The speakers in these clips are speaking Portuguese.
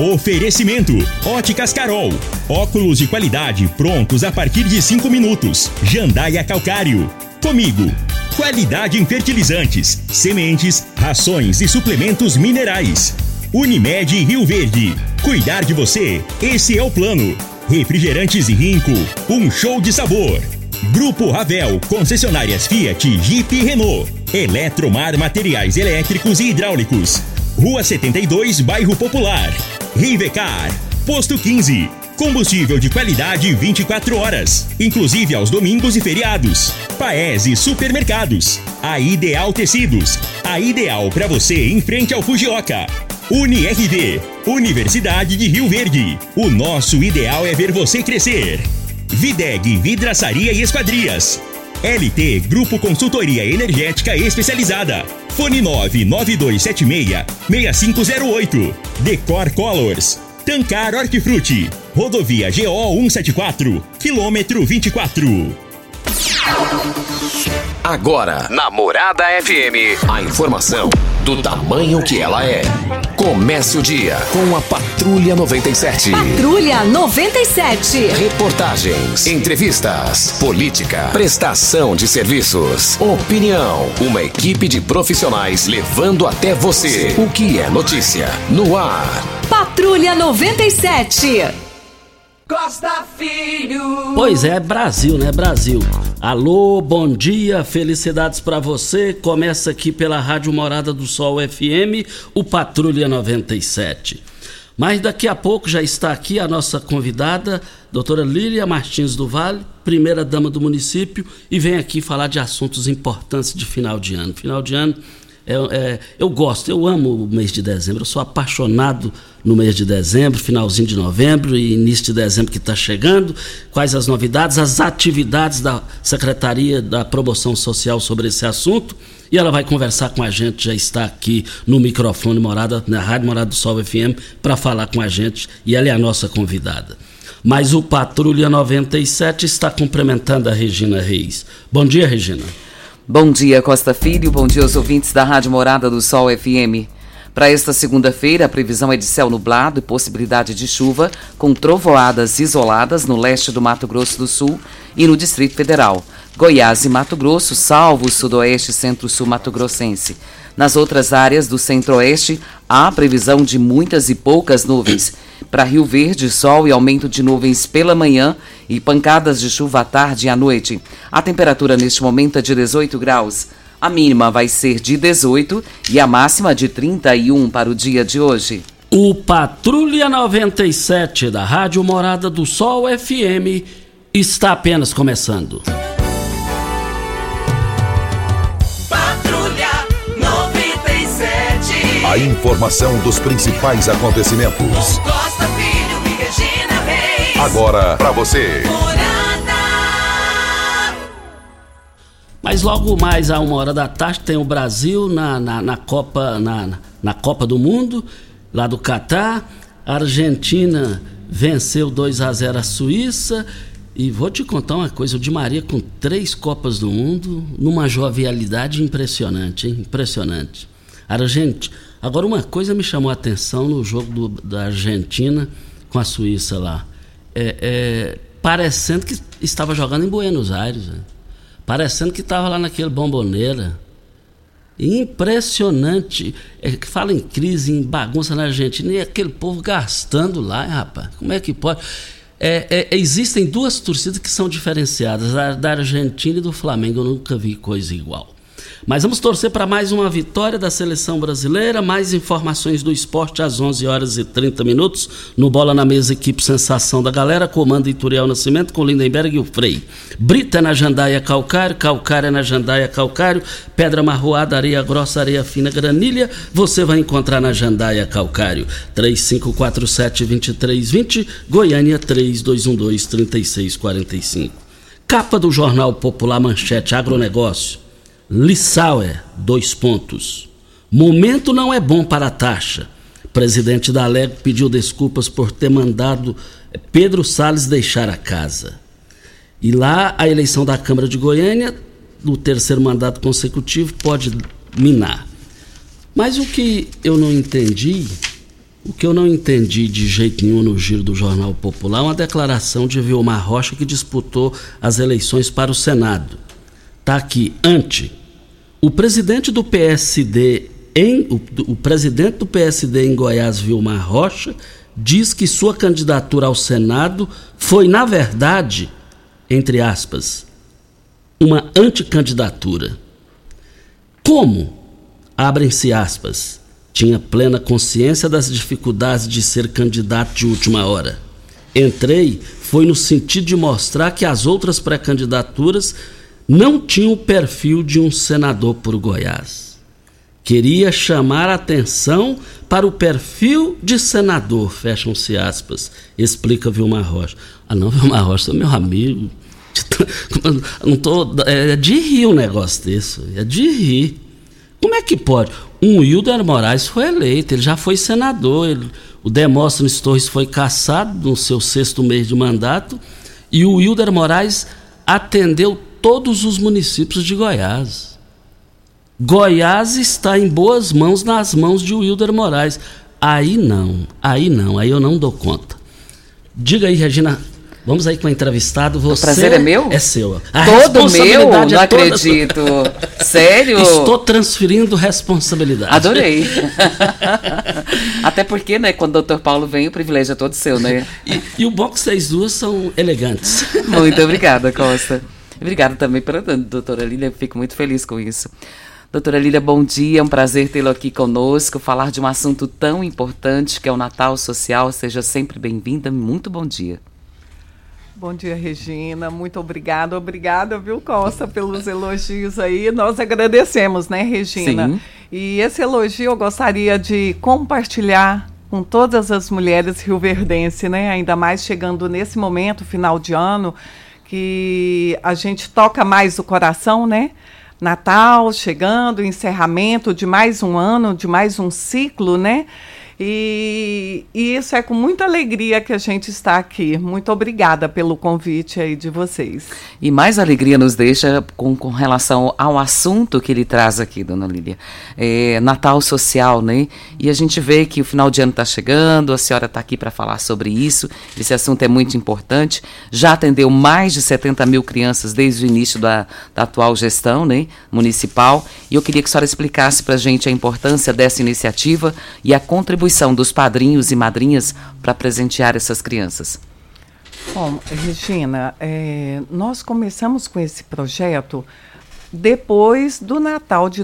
Oferecimento: Óticas Carol. Óculos de qualidade prontos a partir de 5 minutos. Jandaia Calcário. Comigo. Qualidade em fertilizantes, sementes, rações e suplementos minerais. Unimed Rio Verde. Cuidar de você, esse é o plano. Refrigerantes e Rinco, um show de sabor. Grupo Ravel, concessionárias Fiat, Jeep e Renault. Eletromar Materiais Elétricos e Hidráulicos. Rua 72, Bairro Popular. Rivecar, Posto 15. Combustível de qualidade 24 horas, inclusive aos domingos e feriados. Paese Supermercados. A Ideal Tecidos. A ideal para você em frente ao Fujioka. UniRV, Universidade de Rio Verde. O nosso ideal é ver você crescer. Videg Vidraçaria e Esquadrias. LT Grupo Consultoria Energética Especializada. Fone 99276-6508. Decor Colors. Tancar Hortifruti. Rodovia GO 174, quilômetro 24. Agora, na Morada FM, a informação do tamanho que ela é. Comece o dia com a Patrulha 97. Patrulha 97. Reportagens, entrevistas, política, prestação de serviços, opinião. Uma equipe de profissionais levando até você o que é notícia no ar. Patrulha 97. Costa Filho. Pois é, Brasil, né? Brasil. Alô, bom dia, felicidades pra você. Começa aqui pela Rádio Morada do Sol FM, o Patrulha 97. Mas daqui a pouco já está aqui a nossa convidada, doutora Lília Martins do Vale, primeira dama do município, e vem aqui falar de assuntos importantes de final de ano. Final de ano, eu gosto, eu amo o mês de dezembro, eu sou apaixonado no mês de dezembro, finalzinho de novembro e início de dezembro que está chegando. Quais as novidades, as atividades da Secretaria da Promoção Social sobre esse assunto, e ela vai conversar com a gente, já está aqui no microfone Morada, na Rádio Morada do Sol FM, para falar com a gente, e ela é a nossa convidada. Mas o Patrulha 97 está cumprimentando a Regina Reis. Bom dia, Regina. Bom dia, Costa Filho. Bom dia aos ouvintes da Rádio Morada do Sol FM. Para esta segunda-feira, a previsão é de céu nublado e possibilidade de chuva, com trovoadas isoladas no leste do Mato Grosso do Sul e no Distrito Federal, Goiás e Mato Grosso, salvo o sudoeste e centro-sul mato-grossense. Nas outras áreas do centro-oeste, há previsão de muitas e poucas nuvens. Para Rio Verde, sol e aumento de nuvens pela manhã e pancadas de chuva à tarde e à noite. A temperatura neste momento é de 18 graus. A mínima vai ser de 18 e a máxima de 31 para o dia de hoje. O Patrulha 97 da Rádio Morada do Sol FM está apenas começando. Patrulha 97. A informação dos principais acontecimentos. Costa Filho e Regina Reis. Agora pra você. Mas logo mais a 1h tem o Brasil na Copa do Mundo, lá do Catar. A Argentina venceu 2-0 a Suíça. E vou te contar uma coisa, o Di Maria com 3 Copas do Mundo, numa jovialidade impressionante, hein? Impressionante. Agora, uma coisa me chamou a atenção no jogo da Argentina com a Suíça lá. Parecendo que estava jogando em Buenos Aires, né? Parecendo que estava lá naquele Bombonera. Impressionante. Que fala em crise, em bagunça na Argentina, e aquele povo gastando lá, hein, rapaz? Como é que pode? Existem 2 torcidas que são diferenciadas, a da Argentina e do Flamengo. Eu nunca vi coisa igual. Mas vamos torcer para mais uma vitória da seleção brasileira. Mais informações do esporte às 11h30 no Bola na Mesa, equipe Sensação da Galera, comando Ituriel Nascimento com Lindenberg e o Frei. Brita é na Jandaia Calcário, Calcário é na Jandaia Calcário, Pedra Marroada, Areia Grossa, Areia Fina, Granilha, você vai encontrar na Jandaia Calcário. 3547-2320, Goiânia 3212-3645. Capa do Jornal Popular, manchete, agronegócio. Lissauer, 2 pontos. Momento não é bom para a taxa. Presidente da Alego pediu desculpas por ter mandado Pedro Salles deixar a casa. E lá a eleição da Câmara de Goiânia, no 3º mandato consecutivo, pode minar. Mas o que eu não entendi O que eu não entendi de jeito nenhum no giro do Jornal Popular é uma declaração de Vilmar Rocha, que disputou as eleições para o Senado. Está aqui, o presidente do PSD em Goiás, Vilmar Rocha, diz que sua candidatura ao Senado foi, na verdade, entre aspas, uma anticandidatura. Como, abrem-se aspas, tinha plena consciência das dificuldades de ser candidato de última hora. Entrei foi no sentido de mostrar que as outras pré-candidaturas não tinham o perfil de um senador por Goiás. Queria chamar a atenção para o perfil de senador, fecham-se aspas, explica Vilmar Rocha. Não, Vilmar Rocha, é meu amigo. É de rir um negócio desse, é de rir. Como é que pode? Wilder Moraes foi eleito, ele já foi senador, o Demóstenes Torres foi cassado no seu 6º mês de mandato, e o Wilder Moraes atendeu todos os municípios de Goiás. Goiás está em boas mãos, nas mãos de Wilder Moraes. Aí eu não dou conta. Diga aí, Regina, vamos aí com o entrevistado. O prazer é meu? É seu. Todo meu? Não acredito. Sério? Estou transferindo responsabilidade. Adorei. Até porque, né, quando o Dr. Paulo vem, o privilégio é todo seu, né? E o bom é que vocês duas são elegantes. Muito obrigada, Costa. Obrigada também pela doutora Lília, fico muito feliz com isso. Doutora Lília, bom dia, é um prazer tê-lo aqui conosco, falar de um assunto tão importante que é o Natal Social. Seja sempre bem-vinda, muito bom dia. Bom dia, Regina, muito obrigada, viu, Costa, pelos elogios aí, nós agradecemos, né, Regina? Sim. E esse elogio eu gostaria de compartilhar com todas as mulheres rioverdenses, né, ainda mais chegando nesse momento, final de ano, que a gente toca mais o coração, né? Natal chegando, encerramento de mais um ano, de mais um ciclo, né? E isso é com muita alegria que a gente está aqui. Muito obrigada pelo convite aí de vocês. E mais alegria nos deixa com relação ao assunto que ele traz aqui, dona Lília. Natal Social, né? E a gente vê que o final de ano está chegando, a senhora está aqui para falar sobre isso. Esse assunto é muito importante. Já atendeu mais de 70 mil crianças desde o início da atual gestão, né, municipal. E eu queria que a senhora explicasse para a gente a importância dessa iniciativa e a contribuição dos padrinhos e madrinhas para presentear essas crianças. Bom, Regina, nós começamos com esse projeto depois do Natal de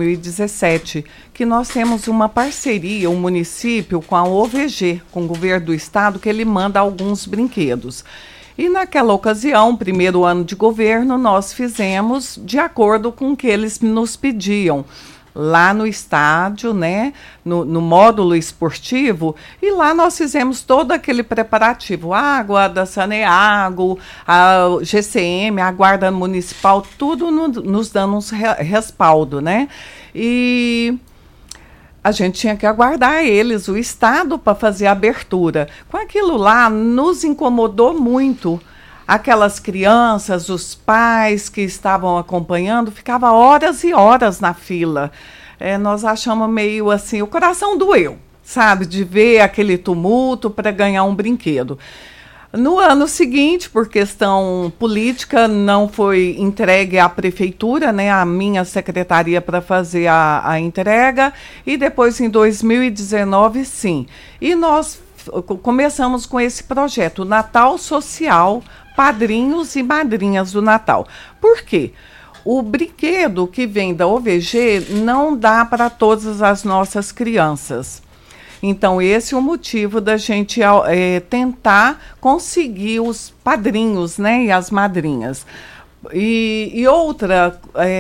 2017, que nós temos uma parceria, um município com a OVG, com o governo do estado, que ele manda alguns brinquedos. E naquela ocasião, primeiro ano de governo, nós fizemos de acordo com o que eles nos pediam. Lá no estádio, né, no módulo esportivo, e lá nós fizemos todo aquele preparativo, a Guarda Saneago, a GCM, a Guarda Municipal, tudo nos dando um respaldo, né, e a gente tinha que aguardar eles, o Estado, para fazer a abertura. Com aquilo lá, nos incomodou muito. Aquelas crianças, os pais que estavam acompanhando, ficavam horas e horas na fila. Nós achamos meio assim, o coração doeu, sabe, de ver aquele tumulto para ganhar um brinquedo. No ano seguinte, por questão política, não foi entregue à prefeitura, né, a minha secretaria para fazer a entrega, e depois em 2019, sim. E nós começamos com esse projeto, Natal Social, Padrinhos e Madrinhas do Natal. Por quê? O brinquedo que vem da OVG não dá para todas as nossas crianças. Então, esse é o motivo da gente tentar conseguir os padrinhos, né, e as madrinhas. E outra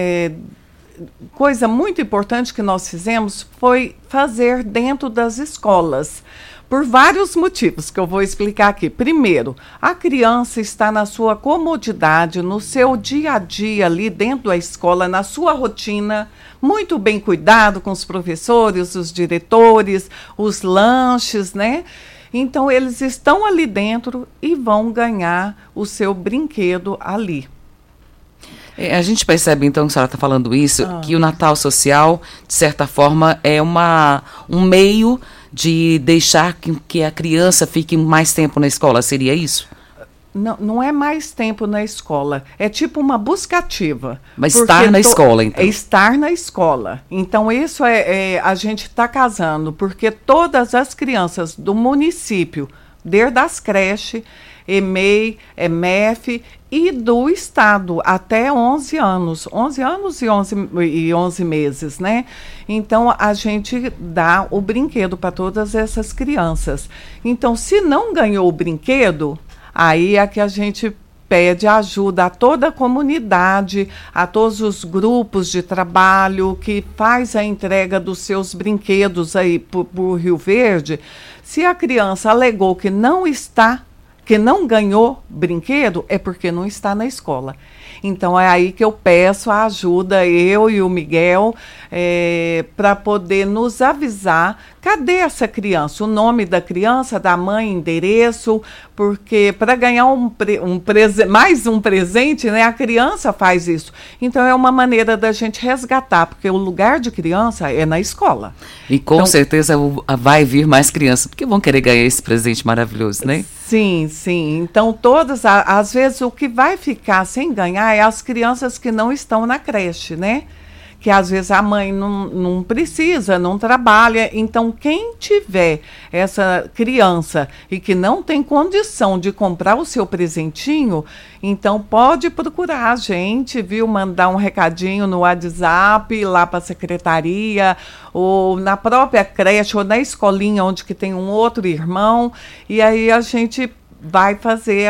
coisa muito importante que nós fizemos foi fazer dentro das escolas. Por vários motivos que eu vou explicar aqui. Primeiro, a criança está na sua comodidade, no seu dia a dia ali dentro da escola, na sua rotina, muito bem cuidado com os professores, os diretores, os lanches, né? Então, eles estão ali dentro e vão ganhar o seu brinquedo ali. A gente percebe, então, que a senhora está falando isso, que o Natal Social, de certa forma, é um meio de deixar que a criança fique mais tempo na escola, seria isso? Não é mais tempo na escola, é tipo uma busca ativa. Mas estar na escola, então. É estar na escola. Então, isso a gente está casando, porque todas as crianças do município, desde as creches, EMEI, EMEF e do estado, até 11 anos. 11 anos e 11 meses, né? Então, a gente dá o brinquedo para todas essas crianças. Então, se não ganhou o brinquedo, aí é que a gente pede ajuda a toda a comunidade, a todos os grupos de trabalho que faz a entrega dos seus brinquedos aí por Rio Verde. Se a criança alegou que não ganhou brinquedo, é porque não está na escola. Então, é aí que eu peço a ajuda, eu e o Miguel, para poder nos avisar, cadê essa criança? O nome da criança, da mãe, endereço, porque para ganhar mais um presente, né, a criança faz isso. Então, é uma maneira da gente resgatar, porque o lugar de criança é na escola. E com certeza vai vir mais crianças, porque vão querer ganhar esse presente maravilhoso, né? Sim, sim. Então, às vezes, o que vai ficar sem ganhar é as crianças que não estão na creche, né? Que às vezes a mãe não precisa, não trabalha. Então, quem tiver essa criança e que não tem condição de comprar o seu presentinho, então pode procurar a gente, viu? Mandar um recadinho no WhatsApp, lá para a secretaria, ou na própria creche, ou na escolinha onde que tem um outro irmão. E aí a gente vai fazer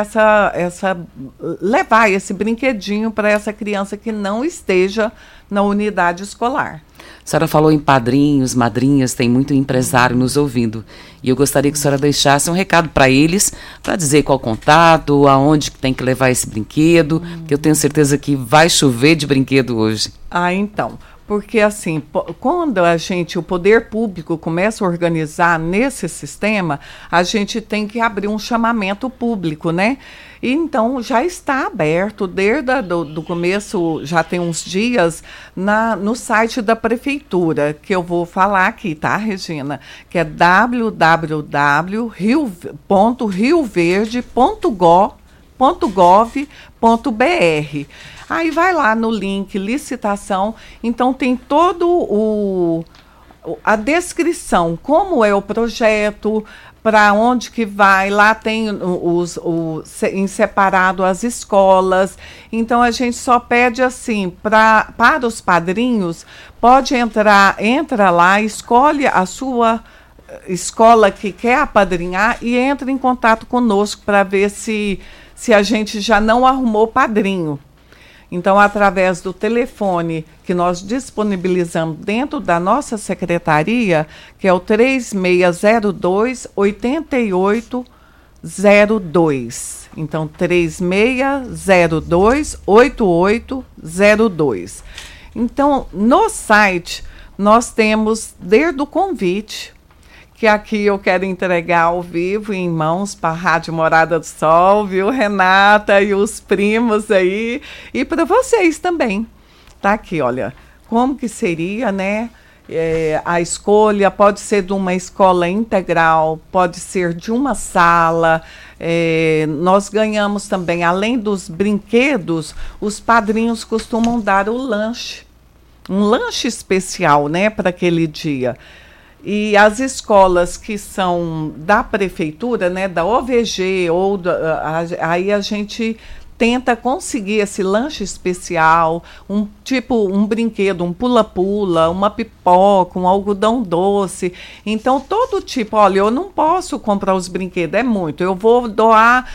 levar esse brinquedinho para essa criança que não esteja na unidade escolar. A senhora falou em padrinhos, madrinhas, tem muito empresário nos ouvindo. E eu gostaria que a senhora deixasse um recado para eles, para dizer qual contato, aonde tem que levar esse brinquedo, que eu tenho certeza que vai chover de brinquedo hoje. Então, porque assim, quando o poder público começa a organizar nesse sistema, a gente tem que abrir um chamamento público, né? E então, já está aberto, desde do começo, já tem uns dias, no site da prefeitura, que eu vou falar aqui, tá, Regina? Que é www.rioverde.gov.br. Aí vai lá no link licitação, então tem todo a descrição, como é o projeto, para onde que vai, lá tem em separado as escolas. Então a gente só pede assim, para os padrinhos, entra lá, escolhe a sua escola que quer apadrinhar e entra em contato conosco para ver se a gente já não arrumou padrinho. Então, através do telefone que nós disponibilizamos dentro da nossa secretaria, que é o 3602-8802. Então, 3602-8802. Então, no site, nós temos desde o convite, que aqui eu quero entregar ao vivo em mãos para a Rádio Morada do Sol, viu, Renata e os primos aí, e para vocês também. Tá aqui, olha, como que seria, né? A escolha pode ser de uma escola integral, pode ser de uma sala. Nós ganhamos também, além dos brinquedos, os padrinhos costumam dar o lanche, um lanche especial, né, para aquele dia. E as escolas que são da prefeitura, né, da OVG, aí a gente tenta conseguir esse lanche especial, um brinquedo, um pula-pula, uma pipoca, um algodão doce. Então, todo tipo, olha, eu não posso comprar os brinquedos, é muito. Eu vou doar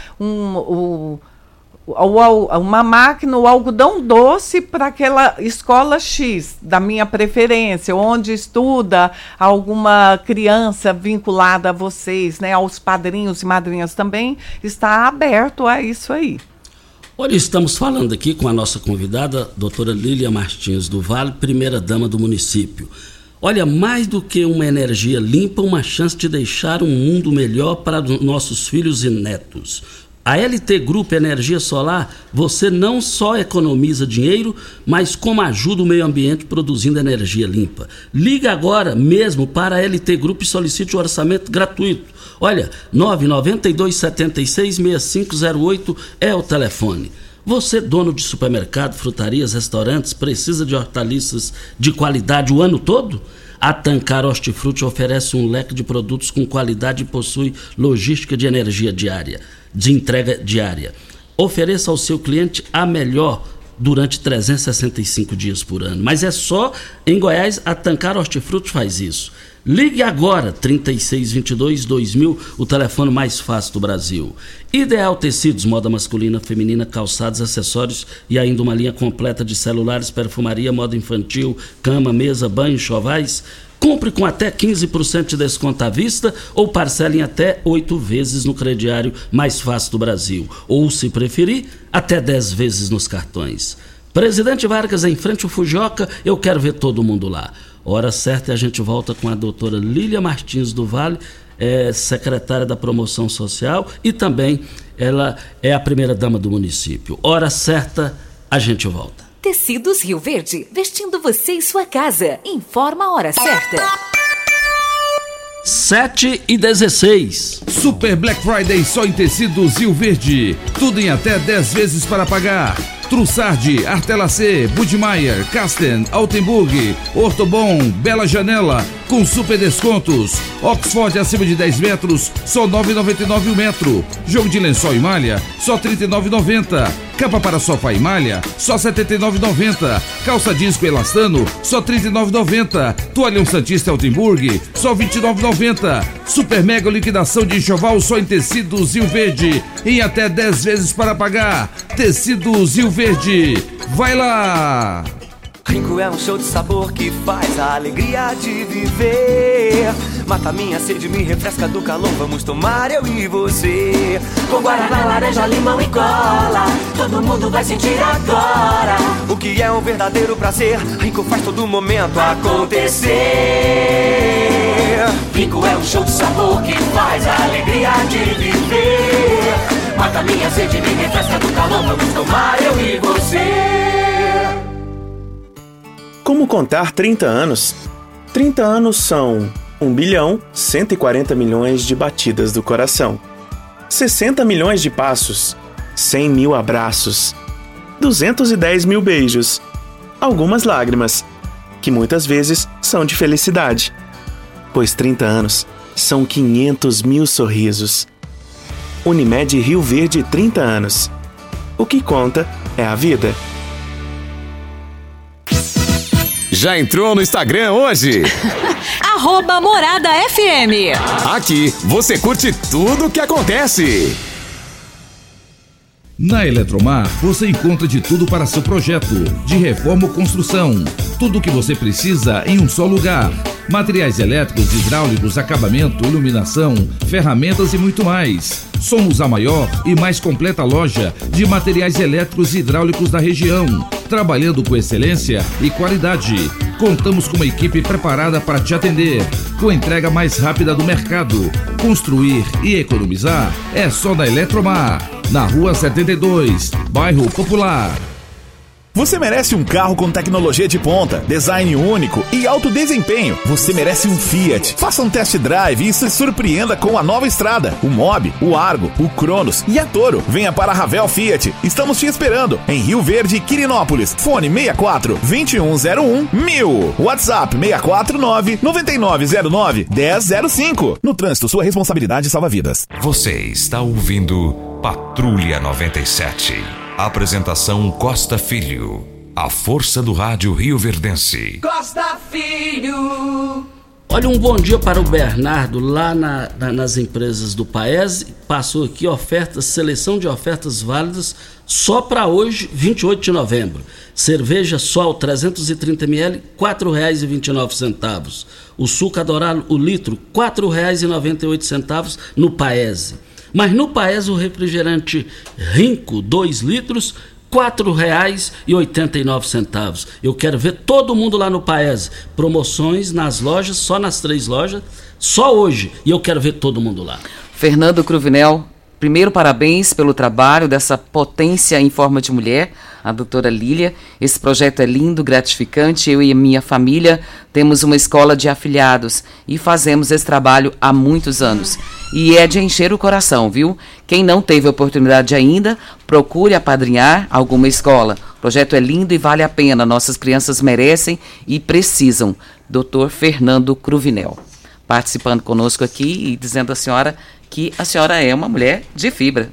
uma máquina, o algodão doce para aquela escola X, da minha preferência, onde estuda alguma criança vinculada a vocês, né, aos padrinhos e madrinhas também, está aberto a isso aí. Olha, estamos falando aqui com a nossa convidada, doutora Lília Martins do Vale, primeira-dama do município. Olha, mais do que uma energia limpa, uma chance de deixar um mundo melhor para nossos filhos e netos. A LT Grupo Energia Solar, você não só economiza dinheiro, mas como ajuda o meio ambiente produzindo energia limpa. Liga agora mesmo para a LT Grupo e solicite o orçamento gratuito. Olha, 992766508 é o telefone. Você, dono de supermercado, frutarias, restaurantes, precisa de hortaliças de qualidade o ano todo? A Tancar Hortifruti oferece um leque de produtos com qualidade e possui logística de energia diária, de entrega diária. Ofereça ao seu cliente a melhor durante 365 dias por ano. Mas é só em Goiás, a Tancar Hortifruti faz isso. Ligue agora, 3622-2000, o telefone mais fácil do Brasil. Ideal Tecidos, moda masculina, feminina, calçados, acessórios e ainda uma linha completa de celulares, perfumaria, moda infantil, cama, mesa, banho, chovais. Compre com até 15% de desconto à vista ou parcele em até 8 vezes no crediário mais fácil do Brasil. Ou, se preferir, até 10 vezes nos cartões. Presidente Vargas, em frente ao Fujioka, eu quero ver todo mundo lá. Hora certa, a gente volta com a doutora Lília Martins do Vale, secretária da Promoção Social, e também ela é a primeira-dama do município. Hora certa, a gente volta. Tecidos Rio Verde, vestindo você e sua casa. Informa a hora certa. 7h16. Super Black Friday só em Tecidos Rio Verde. Tudo em até 10 vezes para pagar. Trussardi, Artelacê, Budmeier, Kasten, Altenburg, Ortobon, Bela Janela, com super descontos. Oxford acima de 10 metros, só R$ 9,99 o metro. Jogo de lençol e malha, só R$ 39,90. Capa para sofá e malha, só R$ 79,90. Calça disco elastano, só R$ 39,90. Toalhão Santista Altenburg, só R$ 29,90. Super mega liquidação de enxoval só em Tecidos Rio Verde. Em até 10 vezes para pagar. Tecidos Rio Verde. Vai lá! Rinco é um show de sabor que faz a alegria de viver. Mata minha sede, me refresca do calor. Vamos tomar eu e você. Com guaraná, laranja, limão e cola. Todo mundo vai sentir agora o que é um verdadeiro prazer. Rinco faz todo momento acontecer. Rinco é um show de sabor que faz a alegria de viver. Mata minha sede, me refresca do calor. Vamos tomar eu e você. Como contar 30 anos? 30 anos são 1.140 milhões de batidas do coração, 60 milhões de passos, 100 mil abraços, 210 mil beijos, algumas lágrimas, que muitas vezes são de felicidade, pois 30 anos são 500 mil sorrisos. Unimed Rio Verde, 30 anos. O que conta é a vida. Já entrou no Instagram hoje? @MoradaFM. Aqui você curte tudo o que acontece. Na Eletromar, você encontra de tudo para seu projeto, de reforma ou construção. Tudo o que você precisa em um só lugar. Materiais elétricos, hidráulicos, acabamento, iluminação, ferramentas e muito mais. Somos a maior e mais completa loja de materiais elétricos e hidráulicos da região, trabalhando com excelência e qualidade. Contamos com uma equipe preparada para te atender, com a entrega mais rápida do mercado. Construir e economizar é só na Eletromar, na Rua 72, Bairro Popular. Você merece um carro com tecnologia de ponta, design único e alto desempenho. Você merece um Fiat. Faça um test drive e se surpreenda com a nova Estrada, o Mobi, o Argo, o Cronos e a Toro. Venha para a Ravel Fiat. Estamos te esperando em Rio Verde e Quirinópolis. Fone 64 2101 1000. WhatsApp 649 9909 1005. No trânsito, sua responsabilidade salva vidas. Você está ouvindo Patrulha 97. Apresentação Costa Filho. A força do rádio rioverdense. Costa Filho. Olha, um bom dia para o Bernardo, lá nas empresas do Paese. Passou aqui ofertas, seleção de ofertas válidas só para hoje, 28 de novembro. Cerveja Sol 330 ml, R$ 4,29. O suco Dourado, o litro, R$ 4,98 no Paese. Mas no Paese o refrigerante Rinco, 2 litros, R$ 4,89. Eu quero ver todo mundo lá no Paese. Promoções nas lojas, só nas 3 lojas, só hoje. E eu quero ver todo mundo lá. Fernando Cruvinel, Primeiro, parabéns pelo trabalho dessa potência em forma de mulher, a doutora Lília. Esse projeto é lindo, gratificante. Eu e a minha família temos uma escola de afiliados e fazemos esse trabalho há muitos anos. E é de encher o coração, viu? Quem não teve oportunidade ainda, procure apadrinhar alguma escola. O projeto é lindo e vale a pena. Nossas crianças merecem e precisam. Dr. Fernando Cruvinel, participando conosco aqui e dizendo à senhora que a senhora é uma mulher de fibra.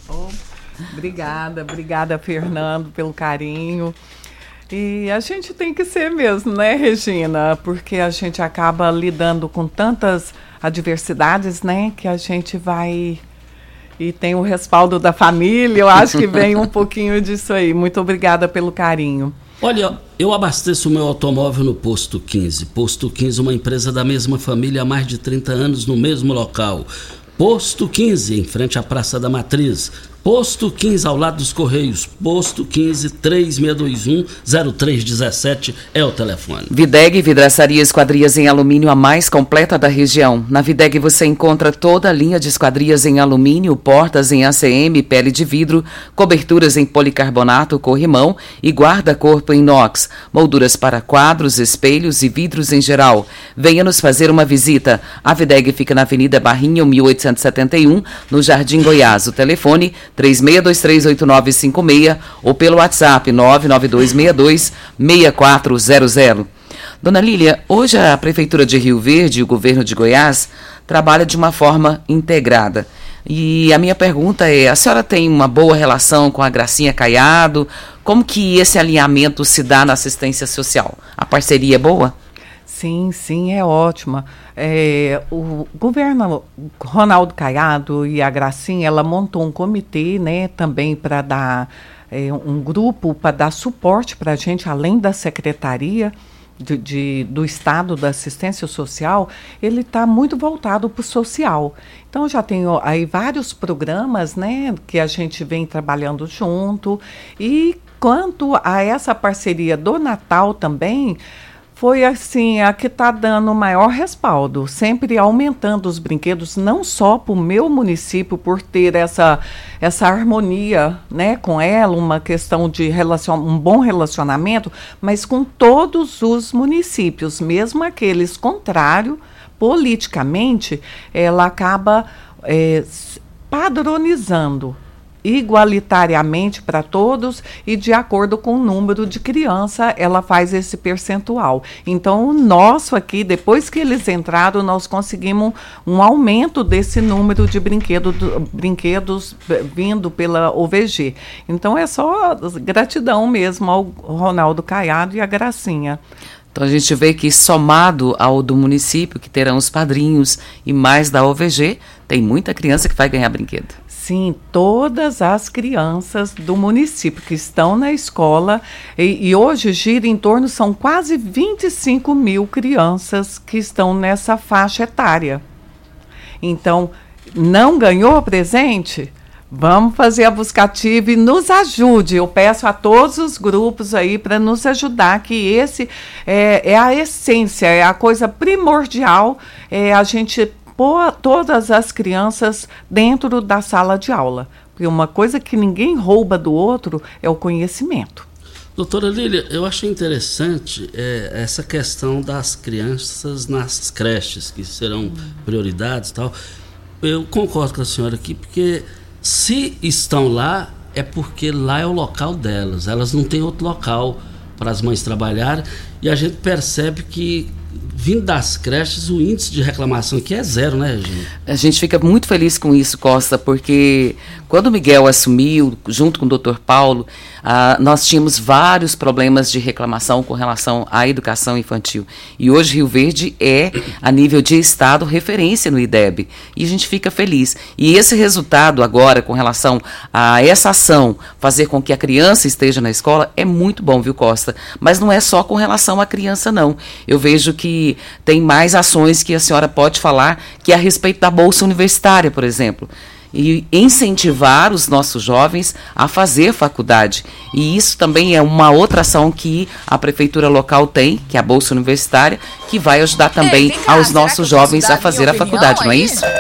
Obrigada, Fernando, pelo carinho. E a gente tem que ser mesmo, né, Regina? Porque a gente acaba lidando com tantas adversidades, né, que a gente vai e tem o respaldo da família. Eu acho que vem um pouquinho disso aí. Muito obrigada pelo carinho. Olha, eu abasteço o meu automóvel no Posto 15. Posto 15, uma empresa da mesma família há mais de 30 anos no mesmo local. Posto 15, em frente à Praça da Matriz. Posto 15, ao lado dos Correios. Posto 15, 3621-0317 é o telefone. Videg, vidraçaria esquadrias em alumínio a mais completa da região. Na Videg você encontra toda a linha de esquadrias em alumínio, portas em ACM, pele de vidro, coberturas em policarbonato, corrimão e guarda-corpo em inox, molduras para quadros, espelhos e vidros em geral. Venha nos fazer uma visita. A Videg fica na Avenida Barrinho, 1871, no Jardim Goiás. O telefone 36238956 ou pelo WhatsApp 992626400. Dona Lília, hoje a Prefeitura de Rio Verde e o Governo de Goiás trabalham de uma forma integrada. E a minha pergunta é, a senhora tem uma boa relação com a Gracinha Caiado? Como que esse alinhamento se dá na assistência social? A parceria é boa? Sim, é ótima. O governo Ronaldo Caiado e a Gracinha, ela montou um comitê, né, também para dar um grupo para dar suporte para a gente, além da secretaria do Estado da Assistência Social. Ele está muito voltado para o social. Então já tem aí vários programas, né, que a gente vem trabalhando junto. E quanto a essa parceria do Natal também, foi assim, a que está dando o maior respaldo, sempre aumentando os brinquedos, não só para o meu município, por ter essa harmonia, né, com ela, uma questão de um bom relacionamento, mas com todos os municípios, mesmo aqueles contrários, politicamente, ela acaba padronizando igualitariamente para todos e de acordo com o número de criança ela faz esse percentual. Então o nosso aqui, depois que eles entraram, nós conseguimos um aumento desse número de brinquedos vindo pela OVG. Então é só gratidão mesmo ao Ronaldo Caiado e à Gracinha. Então a gente vê que somado ao do município, que terão os padrinhos e mais da OVG, tem muita criança que vai ganhar brinquedo. Sim, todas as crianças do município que estão na escola, e hoje gira em torno, são quase 25 mil crianças que estão nessa faixa etária. Então, não ganhou presente? Vamos fazer a buscativa e nos ajude. Eu peço a todos os grupos aí para nos ajudar, que esse é a essência, é a coisa primordial, a gente pôr todas as crianças dentro da sala de aula. Porque uma coisa que ninguém rouba do outro é o conhecimento. Doutora Lília, eu achei interessante essa questão das crianças nas creches, que serão prioridades e tal. Eu concordo com a senhora aqui, porque se estão lá, é porque lá é o local delas. Elas não têm outro local para as mães trabalharem. E a gente percebe que, vindo das creches, o índice de reclamação aqui é zero, né, Regina? A gente fica muito feliz com isso, Costa, porque quando o Miguel assumiu, junto com o Dr. Paulo, nós tínhamos vários problemas de reclamação com relação à educação infantil. E hoje Rio Verde é, a nível de estado, referência no IDEB. E a gente fica feliz. E esse resultado agora, com relação a essa ação, fazer com que a criança esteja na escola, é muito bom, viu, Costa? Mas não é só com relação à criança, não. Eu vejo que tem mais ações que a senhora pode falar, que é a respeito da Bolsa Universitária, por exemplo. E incentivar os nossos jovens a fazer faculdade. E isso também é uma outra ação que a prefeitura local tem, que é a Bolsa Universitária, que vai ajudar também aos nossos jovens a fazer a faculdade, não é isso?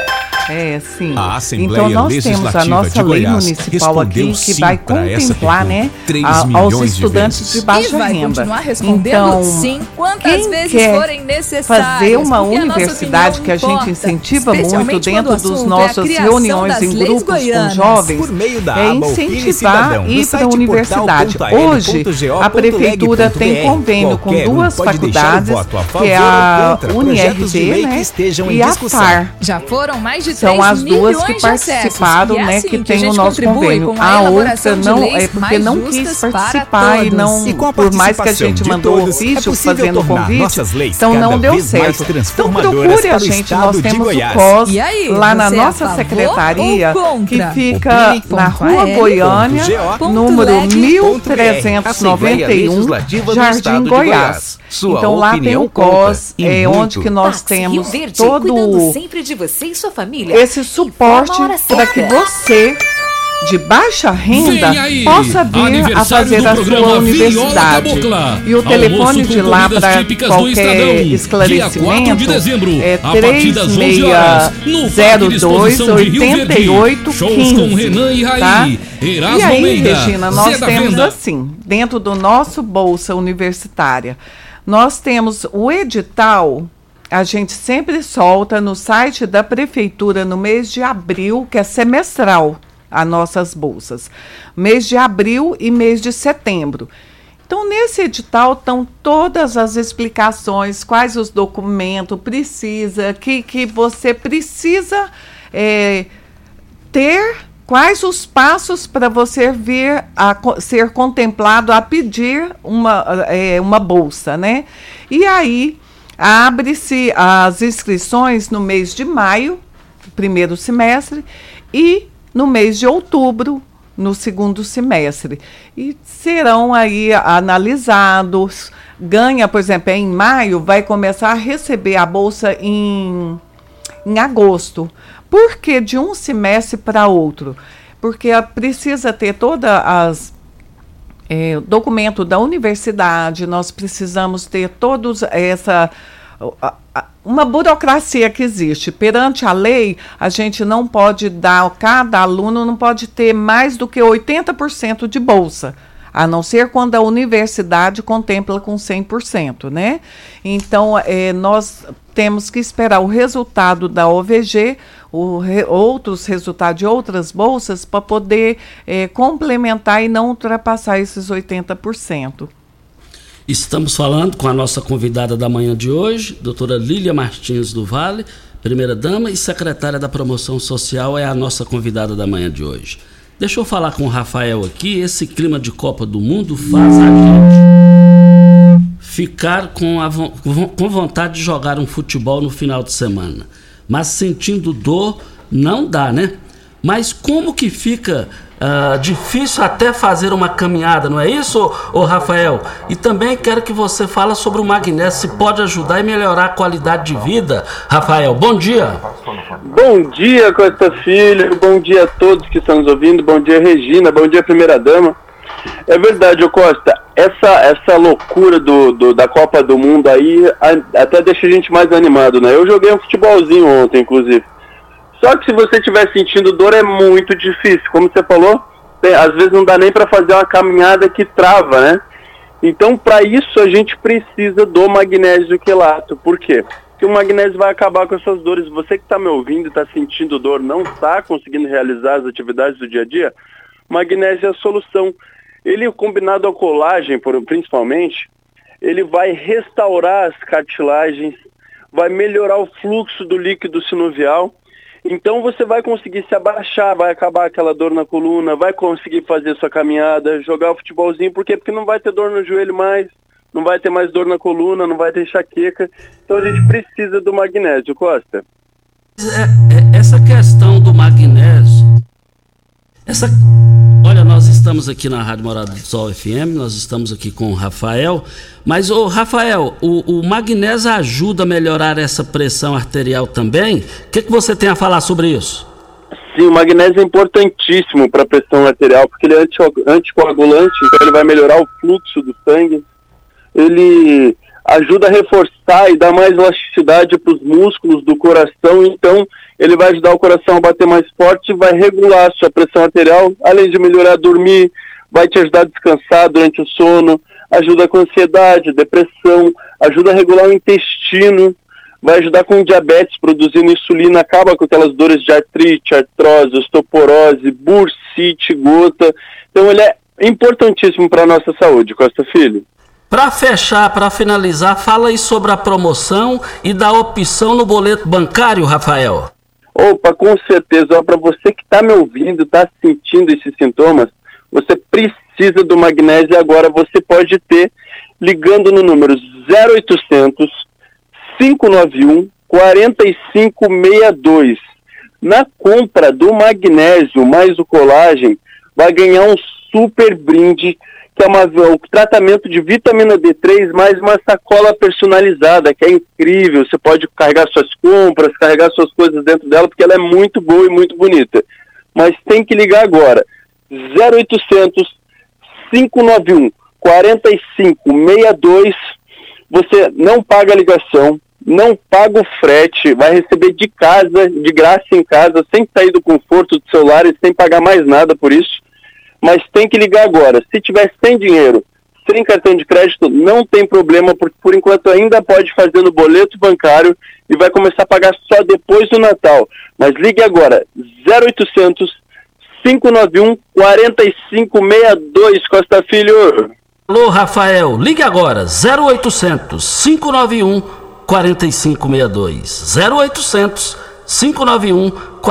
Sim. A Assembleia Então nós temos a nossa lei municipal aqui que vai contemplar, né, aos estudantes de baixa renda. Continuar respondendo então, sim, quantas quem vezes quer forem necessárias. fazer uma universidade que a gente incentiva muito dentro das nossas reuniões em grupos com jovens, por meio da é incentivar a ir para a universidade. Hoje, a prefeitura tem convênio com duas faculdades, que é a UniRD, né, e a FAR. Já foram mais de 3 São as duas que milhões de participaram, acessos. né, assim que que tem o nosso convênio. A outra não é porque não quis participar e não, por mais que a gente mandou ofício fazendo convite, então não deu certo. Então procure a gente, nós temos o COS lá na nossa secretaria, que fica na Rua Goiânia, número 1391, Jardim Goiás. Então lá tem o COS, onde que nós temos todo sempre de você e sua família. esse suporte para que você de baixa renda possa vir a fazer a sua universidade. E o telefone de lá para qualquer esclarecimento é 3602-8815. Tá? E aí, Regina, nós temos assim, dentro do nosso Bolsa Universitária, nós temos o edital. A gente sempre solta no site da prefeitura no mês de abril, que é semestral, as nossas bolsas. Mês de abril e mês de setembro. Então, nesse edital estão todas as explicações, quais os documentos que você precisa ter, quais os passos para você vir a ser contemplado a pedir uma bolsa, né? E aí abre-se as inscrições no mês de maio, primeiro semestre, e no mês de outubro, no segundo semestre. E serão aí analisados. Ganha, por exemplo, em maio, vai começar a receber a bolsa em agosto. Por que de um semestre para outro? Porque precisa ter todas as documento da universidade, nós precisamos ter uma burocracia que existe. Perante a lei, a gente não pode cada aluno não pode ter mais do que 80% de bolsa, a não ser quando a universidade contempla com 100%, né? Então, nós temos que esperar o resultado da OVG, outros resultados de outras bolsas, para poder complementar e não ultrapassar esses 80%. Estamos falando com a nossa convidada da manhã de hoje, doutora Lília Martins do Vale, primeira-dama e secretária da Promoção Social, é a nossa convidada da manhã de hoje. Deixa eu falar com o Rafael aqui. Esse clima de Copa do Mundo faz a gente ficar com vontade de jogar um futebol no final de semana. Mas sentindo dor, não dá, né? Mas como que fica difícil até fazer uma caminhada, não é isso, ô Rafael? E também quero que você fale sobre o magnésio, se pode ajudar e melhorar a qualidade de vida. Rafael, bom dia. Bom dia, Costa Filho, bom dia a todos que estão nos ouvindo, bom dia, Regina, bom dia, primeira-dama. É verdade, ô Costa, essa loucura da Copa do Mundo aí até deixa a gente mais animado, né? Eu joguei um futebolzinho ontem, inclusive. Só que se você estiver sentindo dor é muito difícil, como você falou, às vezes não dá nem para fazer uma caminhada que trava, né? Então, para isso a gente precisa do magnésio quelato. Por quê? Porque o magnésio vai acabar com essas dores. Você que está me ouvindo e está sentindo dor, não está conseguindo realizar as atividades do dia a dia, magnésio é a solução. Ele, combinado ao colágeno, principalmente, ele vai restaurar as cartilagens, vai melhorar o fluxo do líquido sinovial. Então você vai conseguir se abaixar, vai acabar aquela dor na coluna, vai conseguir fazer sua caminhada, jogar o futebolzinho. Por quê? Porque não vai ter dor no joelho mais, não vai ter mais dor na coluna, não vai ter enxaqueca. Então a gente precisa do magnésio, Costa. Essa questão do magnésio, olha, nós estamos aqui na Rádio Morada do Sol FM, nós estamos aqui com o Rafael, mas, Rafael, o magnésio ajuda a melhorar essa pressão arterial também? O que você tem a falar sobre isso? Sim, o magnésio é importantíssimo para a pressão arterial, porque ele é anticoagulante, então ele vai melhorar o fluxo do sangue, ele ajuda a reforçar e dar mais elasticidade para os músculos do coração, então ele vai ajudar o coração a bater mais forte, vai regular a sua pressão arterial, além de melhorar a dormir, vai te ajudar a descansar durante o sono, ajuda com ansiedade, depressão, ajuda a regular o intestino, vai ajudar com diabetes, produzindo insulina, acaba com aquelas dores de artrite, artrose, osteoporose, bursite, gota. Então ele é importantíssimo para a nossa saúde, Costa Filho. Para fechar, para finalizar, fala aí sobre a promoção e da opção no boleto bancário, Rafael. Opa, com certeza. Para você que está me ouvindo, está sentindo esses sintomas, você precisa do magnésio e agora você pode ter ligando no número 0800 591 4562. Na compra do magnésio mais o colágeno, vai ganhar um super brinde, que é um tratamento de vitamina D3 mais uma sacola personalizada, que é incrível. Você pode carregar suas compras, carregar suas coisas dentro dela, porque ela é muito boa e muito bonita. Mas tem que ligar agora. 0800 591 4562. Você não paga a ligação, não paga o frete, vai receber de casa, de graça em casa, sem sair do conforto do celular e sem pagar mais nada por isso. Mas tem que ligar agora. Se tiver sem dinheiro, sem cartão de crédito, não tem problema, porque por enquanto ainda pode fazer no boleto bancário e vai começar a pagar só depois do Natal. Mas ligue agora, 0800 591 4562, Costa Filho. Alô, Rafael, ligue agora, 0800 591 4562. 0800 591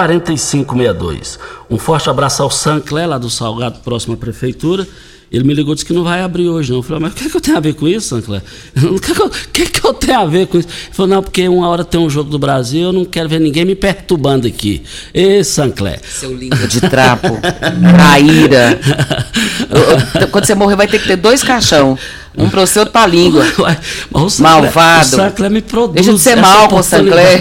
4562. Um forte abraço ao Sancler, lá do Salgado, próximo à prefeitura. Ele me ligou e disse que não vai abrir hoje, não. Eu falei, mas o que eu tenho a ver com isso, Sancler? O que eu tenho a ver com isso? Ele falou, não, porque uma hora tem um jogo do Brasil, eu não quero ver ninguém me perturbando aqui. Ê, Sancler. Seu língua de trapo, traíra. Quando você morrer, vai ter que ter 2 caixão. Um para você, outro para a língua. Malvado. O Sancler me produz. Deixa de ser mal com o Sancler.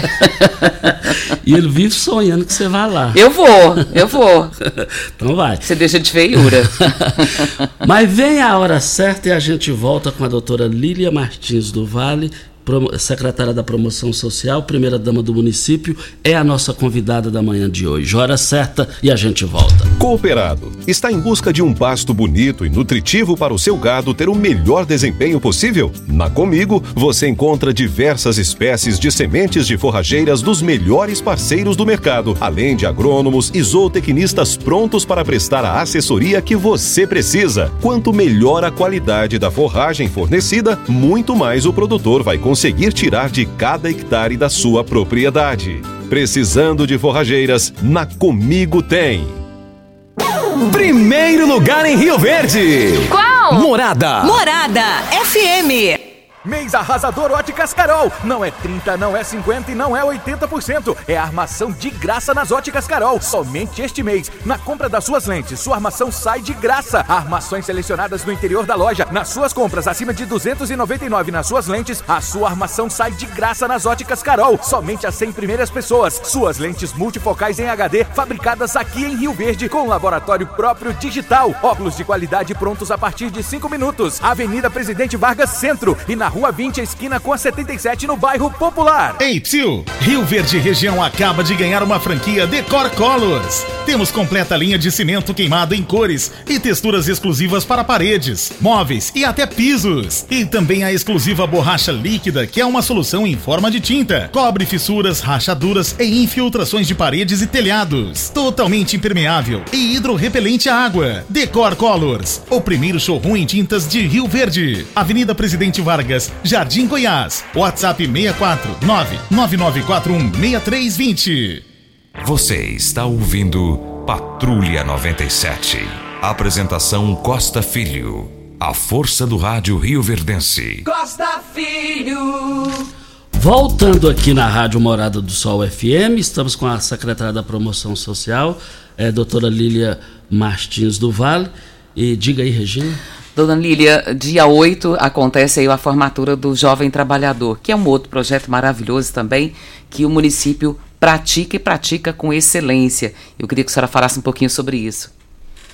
E ele vive sonhando que você vai lá. Eu vou. Então vai. Você deixa de feiura. Mas vem a hora certa e a gente volta com a doutora Lília Martins do Vale, secretária da Promoção Social, primeira-dama do município, é a nossa convidada da manhã de hoje. Hora certa e a gente volta. Cooperado está em busca de um pasto bonito e nutritivo para o seu gado ter o melhor desempenho possível? Na Comigo, você encontra diversas espécies de sementes de forrageiras dos melhores parceiros do mercado, além de agrônomos e zootecnistas prontos para prestar a assessoria que você precisa. Quanto melhor a qualidade da forragem fornecida, muito mais o produtor vai conseguir tirar de cada hectare da sua propriedade. Precisando de forrageiras, na Comigo tem. Primeiro lugar em Rio Verde. Qual? Morada FM. Mês arrasador Óticas Carol. Não é 30, não é 50 e não é 80%. É armação de graça nas Óticas Carol. Somente este mês. Na compra das suas lentes, sua armação sai de graça. Armações selecionadas no interior da loja. Nas suas compras acima de R$299 nas suas lentes, a sua armação sai de graça nas Óticas Carol. Somente as 100 primeiras pessoas. Suas lentes multifocais em HD, fabricadas aqui em Rio Verde, com laboratório próprio digital. Óculos de qualidade prontos a partir de 5 minutos. Avenida Presidente Vargas Centro e na Rua 20, a esquina com a 77, no bairro Popular. Ei, tio! Rio Verde Região acaba de ganhar uma franquia Decor Colors. Temos completa linha de cimento queimado em cores e texturas exclusivas para paredes, móveis e até pisos. E também a exclusiva borracha líquida, que é uma solução em forma de tinta. Cobre fissuras, rachaduras e infiltrações de paredes e telhados. Totalmente impermeável e hidrorrepelente à água. Decor Colors, o primeiro showroom em tintas de Rio Verde. Avenida Presidente Vargas, Jardim Goiás. WhatsApp 64999416320. Você está ouvindo Patrulha 97. Apresentação Costa Filho. A força do rádio rioverdense. Costa Filho. Voltando aqui na Rádio Morada do Sol FM, estamos com a secretária da Promoção Social, doutora Lília Martins do Vale. E diga aí, Regina. Dona Lília, dia 8 acontece aí a formatura do Jovem Trabalhador, que é um outro projeto maravilhoso também, que o município pratica e pratica com excelência. Eu queria que a senhora falasse um pouquinho sobre isso.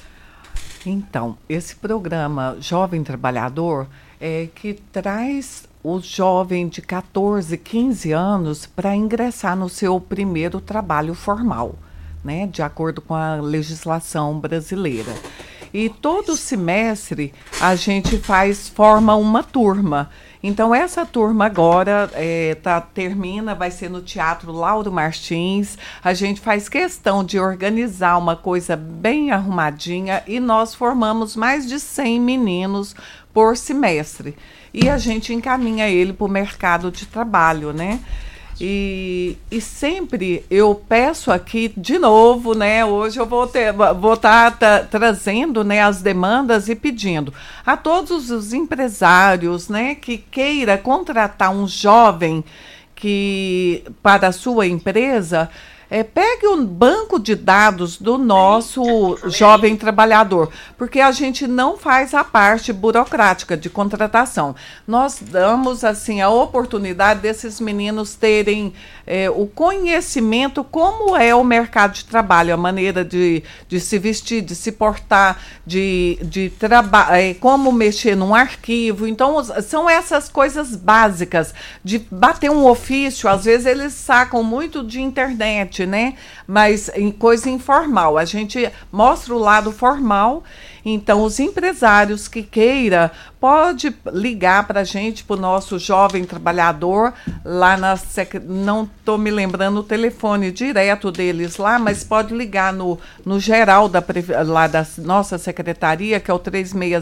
Então, esse programa Jovem Trabalhador que traz o jovem de 14, 15 anos para ingressar no seu primeiro trabalho formal, né, de acordo com a legislação brasileira. E todo semestre a gente forma uma turma. Então, essa turma agora termina, vai ser no Teatro Lauro Martins. A gente faz questão de organizar uma coisa bem arrumadinha e nós formamos mais de 100 meninos por semestre. E a gente encaminha ele para o mercado de trabalho, né? E sempre eu peço aqui de novo, né? Hoje eu vou estar trazendo, né, as demandas e pedindo a todos os empresários, né, que queira contratar um jovem para a sua empresa. Pegue um banco de dados do nosso jovem trabalhador, porque a gente não faz a parte burocrática de contratação. Nós damos assim a oportunidade desses meninos terem o conhecimento como é o mercado de trabalho, a maneira de se vestir, de se portar, de como mexer num arquivo. Então, são essas coisas básicas, de bater um ofício. Às vezes eles sacam muito de internet, né? Mas em coisa informal. A gente mostra o lado formal. Então, os empresários que queira, pode ligar para a gente, para o nosso jovem trabalhador, lá não estou me lembrando o telefone direto deles lá, mas pode ligar no geral lá da nossa secretaria, que é o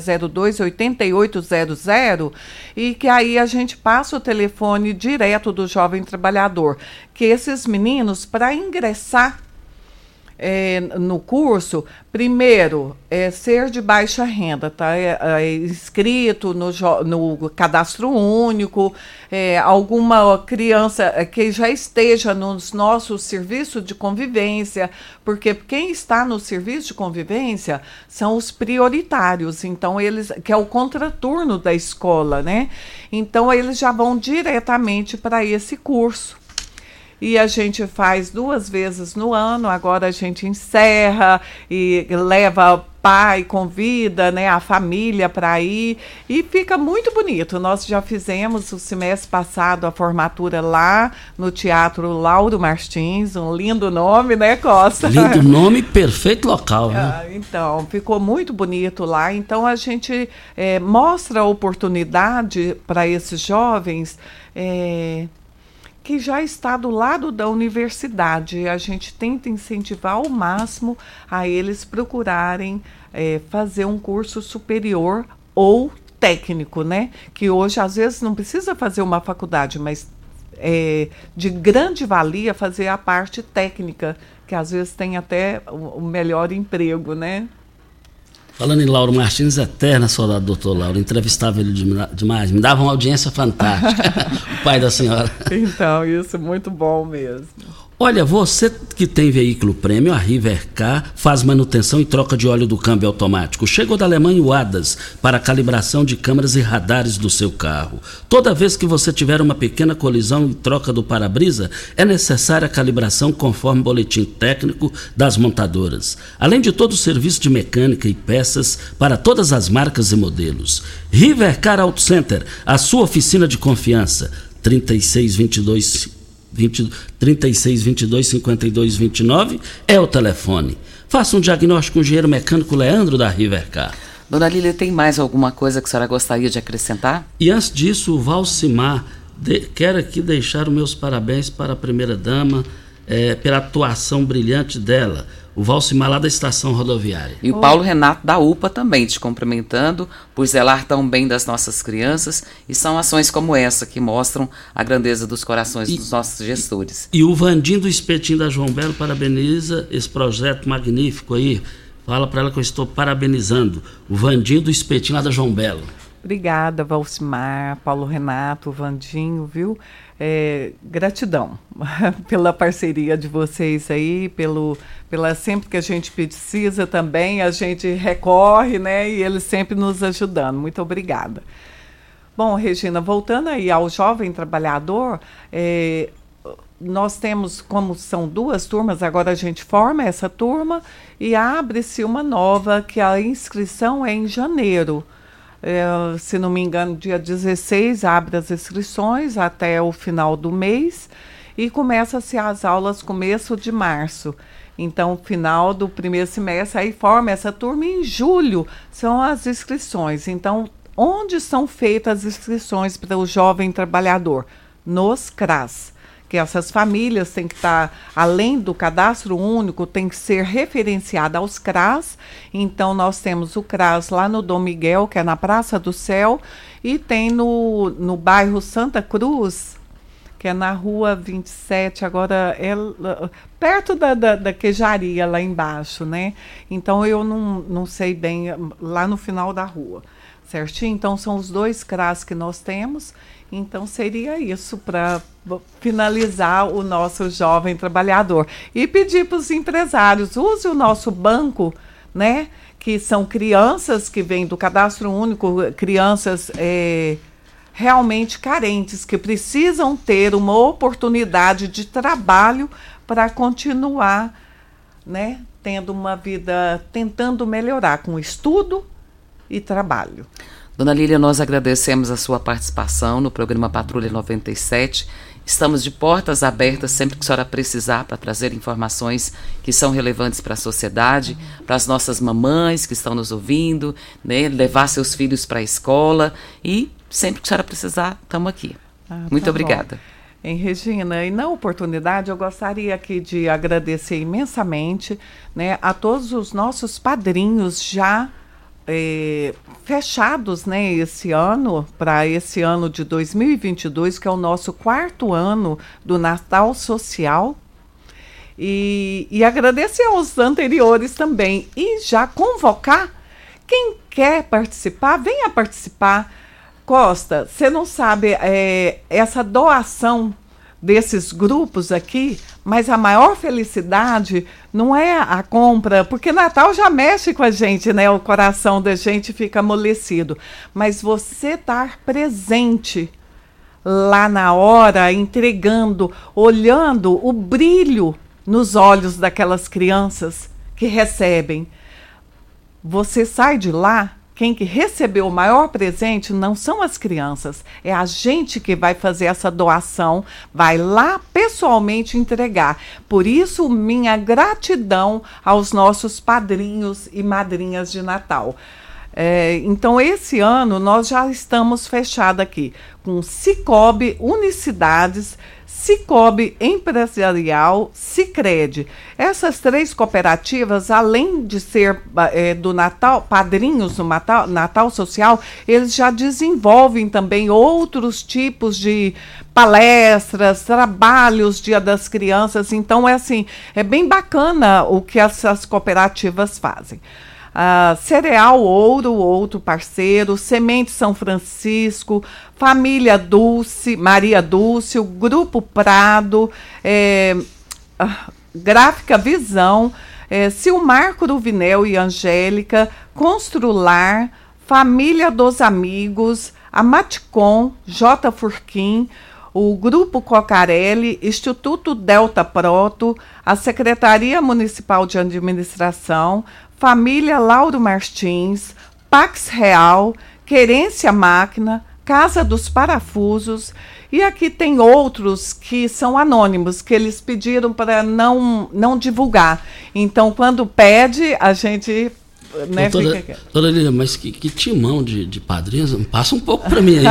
3602-8800, e que aí a gente passa o telefone direto do jovem trabalhador. Que esses meninos, para ingressar no curso, primeiro, ser de baixa renda, tá? Inscrito no cadastro único, alguma criança que já esteja nos nossos serviços de convivência, porque quem está no serviço de convivência são os prioritários, então que é o contraturno da escola, né? Então eles já vão diretamente para esse curso. E a gente faz 2 vezes no ano, agora a gente encerra e leva pai, convida, né, a família para ir e fica muito bonito. Nós já fizemos o semestre passado a formatura lá no Teatro Lauro Martins, um lindo nome, né, Costa? Lindo nome, perfeito local, né? Então, ficou muito bonito lá. Então, a gente mostra a oportunidade para esses jovens que já está do lado da universidade. A gente tenta incentivar ao máximo a eles procurarem fazer um curso superior ou técnico, né? Que hoje, às vezes, não precisa fazer uma faculdade, mas de grande valia fazer a parte técnica, que às vezes tem até o melhor emprego, né? Falando em Lauro Martins, eterna saudade do doutor Lauro, entrevistava ele demais, me dava uma audiência fantástica, o pai da senhora. Então, isso é muito bom mesmo. Olha, você que tem veículo prêmio, a Rivercar faz manutenção e troca de óleo do câmbio automático. Chegou da Alemanha o ADAS para a calibração de câmeras e radares do seu carro. Toda vez que você tiver uma pequena colisão e troca do para-brisa, é necessária a calibração conforme o boletim técnico das montadoras. Além de todo o serviço de mecânica e peças para todas as marcas e modelos. Rivercar Auto Center, a sua oficina de confiança. 3622-5229 é o telefone. Faça um diagnóstico com o engenheiro mecânico Leandro da Rivercar. Dona Lília, tem mais alguma coisa que a senhora gostaria de acrescentar? E antes disso, o Valcimar, quero aqui deixar os meus parabéns para a primeira-dama pela atuação brilhante dela. O Valcimar lá da estação rodoviária. E o Paulo Renato da UPA também te cumprimentando por zelar tão bem das nossas crianças, e são ações como essa que mostram a grandeza dos corações dos nossos gestores. E o Vandinho do Espetinho da João Belo parabeniza esse projeto magnífico aí. Fala para ela que eu estou parabenizando. O Vandinho do Espetinho lá da João Belo. Obrigada, Valcimar, Paulo Renato, Vandinho, viu? Gratidão pela parceria de vocês aí, pela sempre que a gente precisa também, a gente recorre, né? E eles sempre nos ajudando. Muito obrigada. Bom, Regina, voltando aí ao jovem trabalhador, nós temos, como são 2 turmas, agora a gente forma essa turma e abre-se uma nova, que a inscrição é em janeiro. se não me engano, dia 16 abre as inscrições até o final do mês e começa-se as aulas começo de março. Então, final do primeiro semestre, aí forma essa turma em julho, são as inscrições. Então, onde são feitas as inscrições para o jovem trabalhador? Nos CRAS. Que essas famílias têm que estar, além do cadastro único, tem que ser referenciada aos CRAS. Então, nós temos o CRAS lá no Dom Miguel, que é na Praça do Céu, e tem no bairro Santa Cruz, que é na Rua 27, agora é perto da queijaria lá embaixo, né? Então, eu não sei bem, lá no final da rua, certinho? Então, são os 2 CRAS que nós temos. Então, seria isso para finalizar o nosso jovem trabalhador. E pedir para os empresários, use o nosso banco, né? Que são crianças que vêm do cadastro único, crianças realmente carentes, que precisam ter uma oportunidade de trabalho para continuar, né? Tendo uma vida, tentando melhorar com estudo e trabalho. Dona Lília, nós agradecemos a sua participação no programa Patrulha 97. Estamos de portas abertas sempre que a senhora precisar para trazer informações que são relevantes para a sociedade, para as nossas mamães que estão nos ouvindo, né, levar seus filhos para a escola e sempre que a senhora precisar, estamos aqui. Muito obrigada. Em Regina, e na oportunidade eu gostaria aqui de agradecer imensamente, né, a todos os nossos padrinhos já fechados, né, esse ano, para esse ano de 2022, que é o nosso 4º ano do Natal Social, e agradecer aos anteriores também, e já convocar quem quer participar, venha participar. Costa, você não sabe essa doação desses grupos aqui, mas a maior felicidade não é a compra, porque Natal já mexe com a gente, né? O coração da gente fica amolecido. Mas você estar presente lá na hora, entregando, olhando o brilho nos olhos daquelas crianças que recebem. Você sai de lá. Quem que recebeu o maior presente não são as crianças, é a gente que vai fazer essa doação, vai lá pessoalmente entregar. Por isso, minha gratidão aos nossos padrinhos e madrinhas de Natal. Então, esse ano, nós já estamos fechados aqui com Cicobi Unicidades, Cicobi Empresarial, Sicredi. Essas 3 cooperativas, além de ser do Natal, padrinhos do Natal Social, eles já desenvolvem também outros tipos de palestras, trabalhos, Dia das Crianças. Então, é bem bacana o que essas cooperativas fazem. Cereal Ouro, outro parceiro, Semente São Francisco, Família Dulce, Maria Dulce, o Grupo Prado, Gráfica Visão, Silmar Cruvinel e Angélica, Constrular, Família dos Amigos, a Maticom, J. Furquim, o Grupo Cocarelli, Instituto Delta Proto, a Secretaria Municipal de Administração, Família Lauro Martins, Pax Real, Querência Máquina, Casa dos Parafusos, e aqui tem outros que são anônimos, que eles pediram para não divulgar. Então, quando pede, a gente... Né, Dona Lília, mas que timão de padrinhos, passa um pouco para mim aí.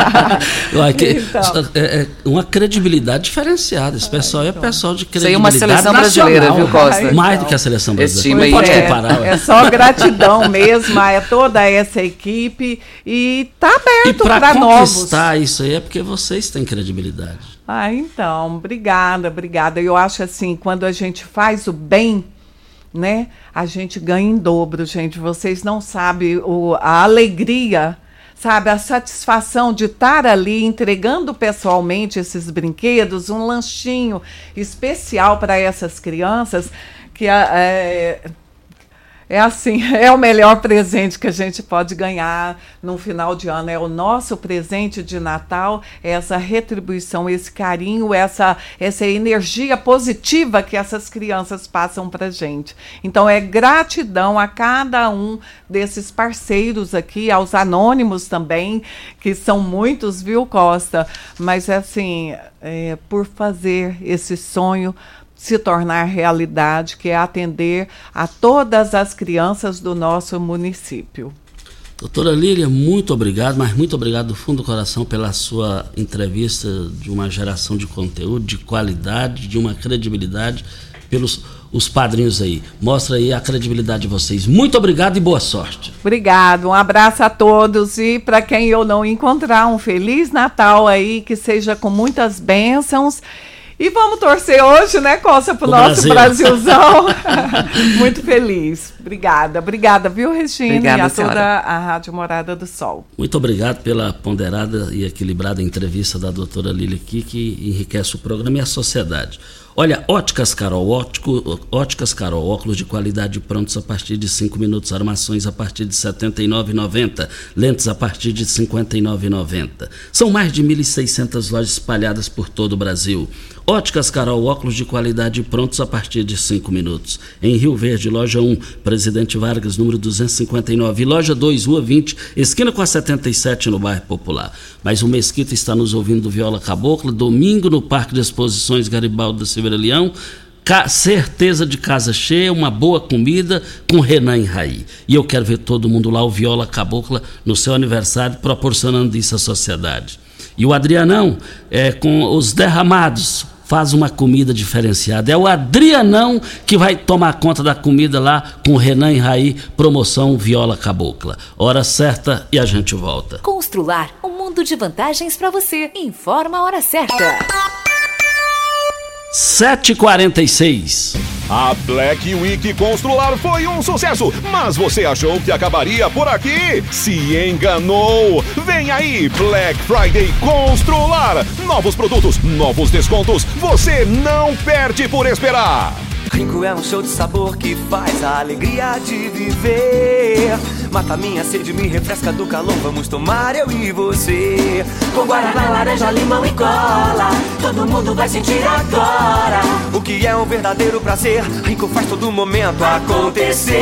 É uma credibilidade diferenciada. Esse pessoal é pessoal de credibilidade. Isso aí é uma seleção brasileira, viu, Costa? Mais do que a seleção brasileira. Não pode comparar. É só gratidão mesmo, é toda essa equipe e está aberto para novos. Para conquistar isso aí é porque vocês têm credibilidade. Então, obrigada. Eu acho assim, quando a gente faz o bem, né, a gente ganha em dobro, gente. Vocês não sabem a alegria, sabe, a satisfação de estar ali entregando pessoalmente esses brinquedos, um lanchinho especial para essas crianças, que É assim, é o melhor presente que a gente pode ganhar no final de ano. É o nosso presente de Natal, essa retribuição, esse carinho, essa energia positiva que essas crianças passam pra gente. Então é gratidão a cada um desses parceiros aqui, aos anônimos também, que são muitos, viu, Costa? Mas assim, por fazer esse sonho se tornar realidade, que é atender a todas as crianças do nosso município. Doutora Lília, muito obrigado, mas muito obrigado do fundo do coração pela sua entrevista, de uma geração de conteúdo, de qualidade, de uma credibilidade, pelos os padrinhos aí. Mostra aí a credibilidade de vocês. Muito obrigado e boa sorte. Obrigado, um abraço a todos e para quem eu não encontrar, um Feliz Natal aí, que seja com muitas bênçãos. E vamos torcer hoje, né, Costa, pro nosso Brasilzão. Muito feliz. Obrigada, viu, Regina? Obrigada, e a senhora. toda a Rádio Morada do Sol. Muito obrigado pela ponderada e equilibrada entrevista da doutora Lília aqui, que enriquece o programa e a sociedade. Olha, Óticas Carol, Óticas Carol, óculos de qualidade prontos a partir de 5 minutos, armações a partir de R$ 79,90, lentes a partir de R$ 59,90. São mais de 1.600 lojas espalhadas por todo o Brasil. Óticas Carol, óculos de qualidade prontos a partir de 5 minutos. Em Rio Verde, loja 1, Presidente Vargas, número 259. E loja 2, Rua 20, esquina com a 77, no bairro Popular. Mas o Mesquita está nos ouvindo do Viola Cabocla, domingo no Parque de Exposições Garibaldi da Silveira Leão. Certeza de casa cheia, uma boa comida com Renan e Raí. E eu quero ver todo mundo lá, o Viola Cabocla, no seu aniversário, proporcionando isso à sociedade. E o Adrianão, com os derramados, faz uma comida diferenciada. É o Adrianão que vai tomar conta da comida lá com Renan e Raí, promoção Viola Cabocla. Hora certa e a gente volta. Constrular, um mundo de vantagens para você. Informa a hora certa. 7h46. A Black Week Constrular foi um sucesso, mas você achou que acabaria por aqui? Se enganou! Vem aí, Black Friday Constrular! Novos produtos, novos descontos, você não perde por esperar! Rinco é um show de sabor que faz a alegria de viver. Mata minha sede, me refresca do calor. Vamos tomar eu e você. Com guaraná, laranja, limão e cola. Todo mundo vai sentir agora o que é um verdadeiro prazer. Rinco faz todo momento acontecer.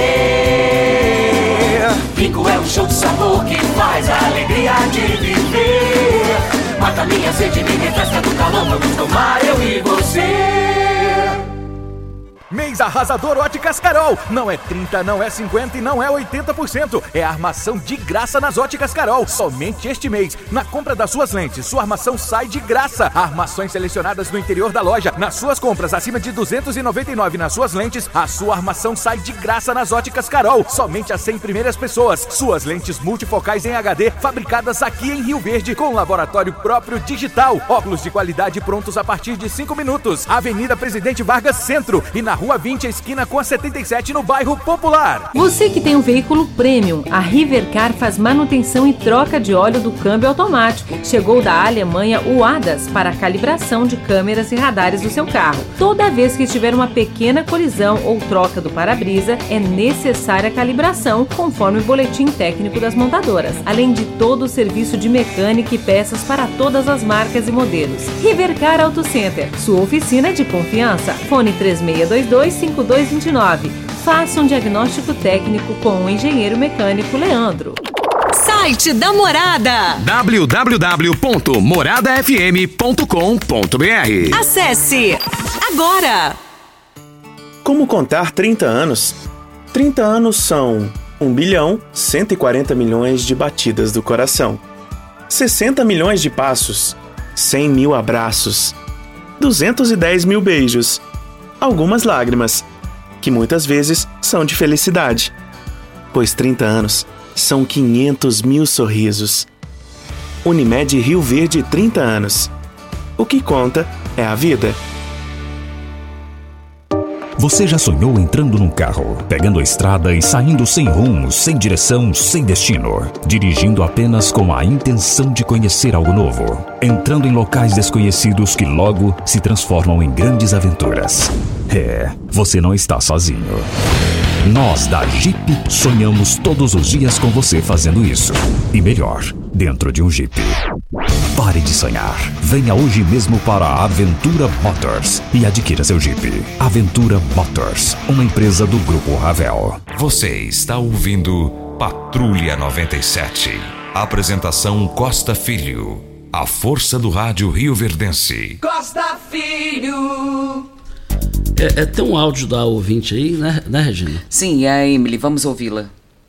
Rinco é um show de sabor que faz a alegria de viver. Mata minha sede, me refresca do calor. Vamos tomar eu e você. Mês arrasador Óticas Carol. Não é 30, não é 50 e não é 80%. É armação de graça nas Óticas Carol. Somente este mês. Na compra das suas lentes, sua armação sai de graça. Armações selecionadas no interior da loja. Nas suas compras acima de R$ 299 nas suas lentes, a sua armação sai de graça nas Óticas Carol. Somente as 100 primeiras pessoas. Suas lentes multifocais em HD, fabricadas aqui em Rio Verde, com laboratório próprio digital. Óculos de qualidade prontos a partir de 5 minutos. Avenida Presidente Vargas Centro e na Rua 20, a esquina com a 77, no bairro Popular. Você que tem um veículo premium, a Rivercar faz manutenção e troca de óleo do câmbio automático. Chegou da Alemanha o ADAS para a calibração de câmeras e radares do seu carro. Toda vez que tiver uma pequena colisão ou troca do para-brisa, é necessária a calibração, conforme o boletim técnico das montadoras. Além de todo o serviço de mecânica e peças para todas as marcas e modelos. Rivercar Auto Center, sua oficina de confiança. Fone 3622-5229. Faça um diagnóstico técnico com o engenheiro mecânico Leandro. Site da Morada: www.moradafm.com.br. Acesse agora. Como contar 30 anos? 30 anos são 1.140 milhões de batidas do coração, 60 milhões de passos, 100 mil abraços, 210 mil beijos, algumas lágrimas, que muitas vezes são de felicidade, pois 30 anos são 500 mil sorrisos. Unimed Rio Verde, 30 anos. O que conta é a vida. Você já sonhou entrando num carro, pegando a estrada e saindo sem rumo, sem direção, sem destino, dirigindo apenas com a intenção de conhecer algo novo, entrando em locais desconhecidos que logo se transformam em grandes aventuras? Você não está sozinho. Nós da Jeep sonhamos todos os dias com você fazendo isso. E melhor, dentro de um Jeep. Pare de sonhar. Venha hoje mesmo para a Aventura Motors e adquira seu Jeep. Aventura Motors, uma empresa do Grupo Ravel. Você está ouvindo Patrulha 97. Apresentação Costa Filho. A força do rádio rioverdense. Costa Filho. Tem um áudio da ouvinte aí, né, Regina? Sim, é a Emily. Vamos ouvi-la.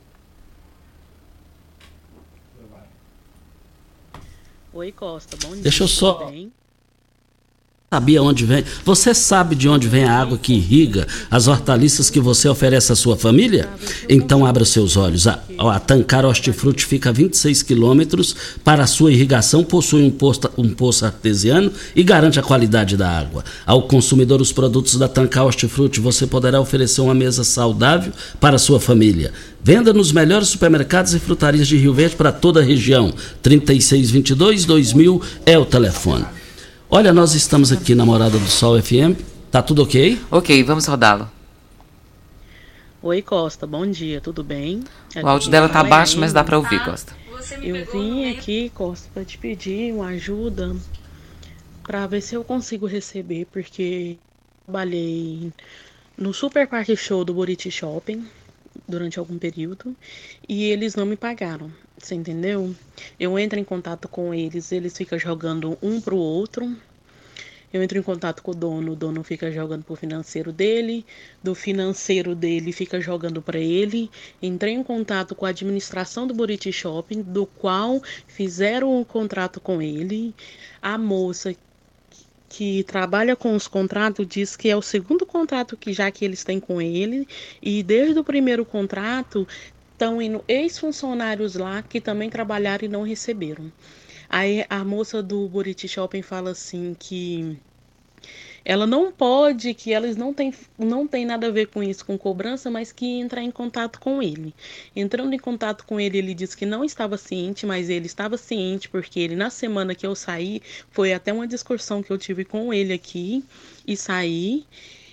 Oi, Costa. Bom dia. Deixa eu só... Sabia onde vem? Você sabe de onde vem a água que irriga as hortaliças que você oferece à sua família? Então abra seus olhos. A Tancar Hortifruti fica a 26 quilômetros. Para a sua irrigação, possui um poço artesiano e garante a qualidade da água. Ao consumidor os produtos da Tancar Hortifruti, você poderá oferecer uma mesa saudável para a sua família. Venda nos melhores supermercados e frutarias de Rio Verde para toda a região. 3622-2000 é o telefone. Olha, nós estamos aqui na Morada do Sol FM. Tá tudo ok? Ok, vamos rodá-lo. Oi, Costa. Bom dia, tudo bem? O áudio dela tá baixo, mas dá para ouvir, Costa. Eu vim aqui, Costa, para te pedir uma ajuda para ver se eu consigo receber, porque trabalhei no Super Parque Show do Buriti Shopping durante algum período e eles não me pagaram. Você entendeu? Eu entro em contato com eles, eles ficam jogando um pro outro. Eu entro em contato com o dono fica jogando pro financeiro dele, do financeiro dele fica jogando para ele. Entrei em contato com a administração do Buriti Shopping, do qual fizeram um contrato com ele. A moça que trabalha com os contratos diz que é o segundo contrato que eles têm com ele, e desde o primeiro contrato estão indo ex-funcionários lá que também trabalharam e não receberam. Aí a moça do Buriti Shopping fala assim que ela não pode, que elas não tem nada a ver com isso, com cobrança, mas que entrar em contato com ele. Entrando em contato com ele, ele disse que não estava ciente, mas ele estava ciente, porque ele, na semana que eu saí, foi até uma discussão que eu tive com ele aqui, e saí,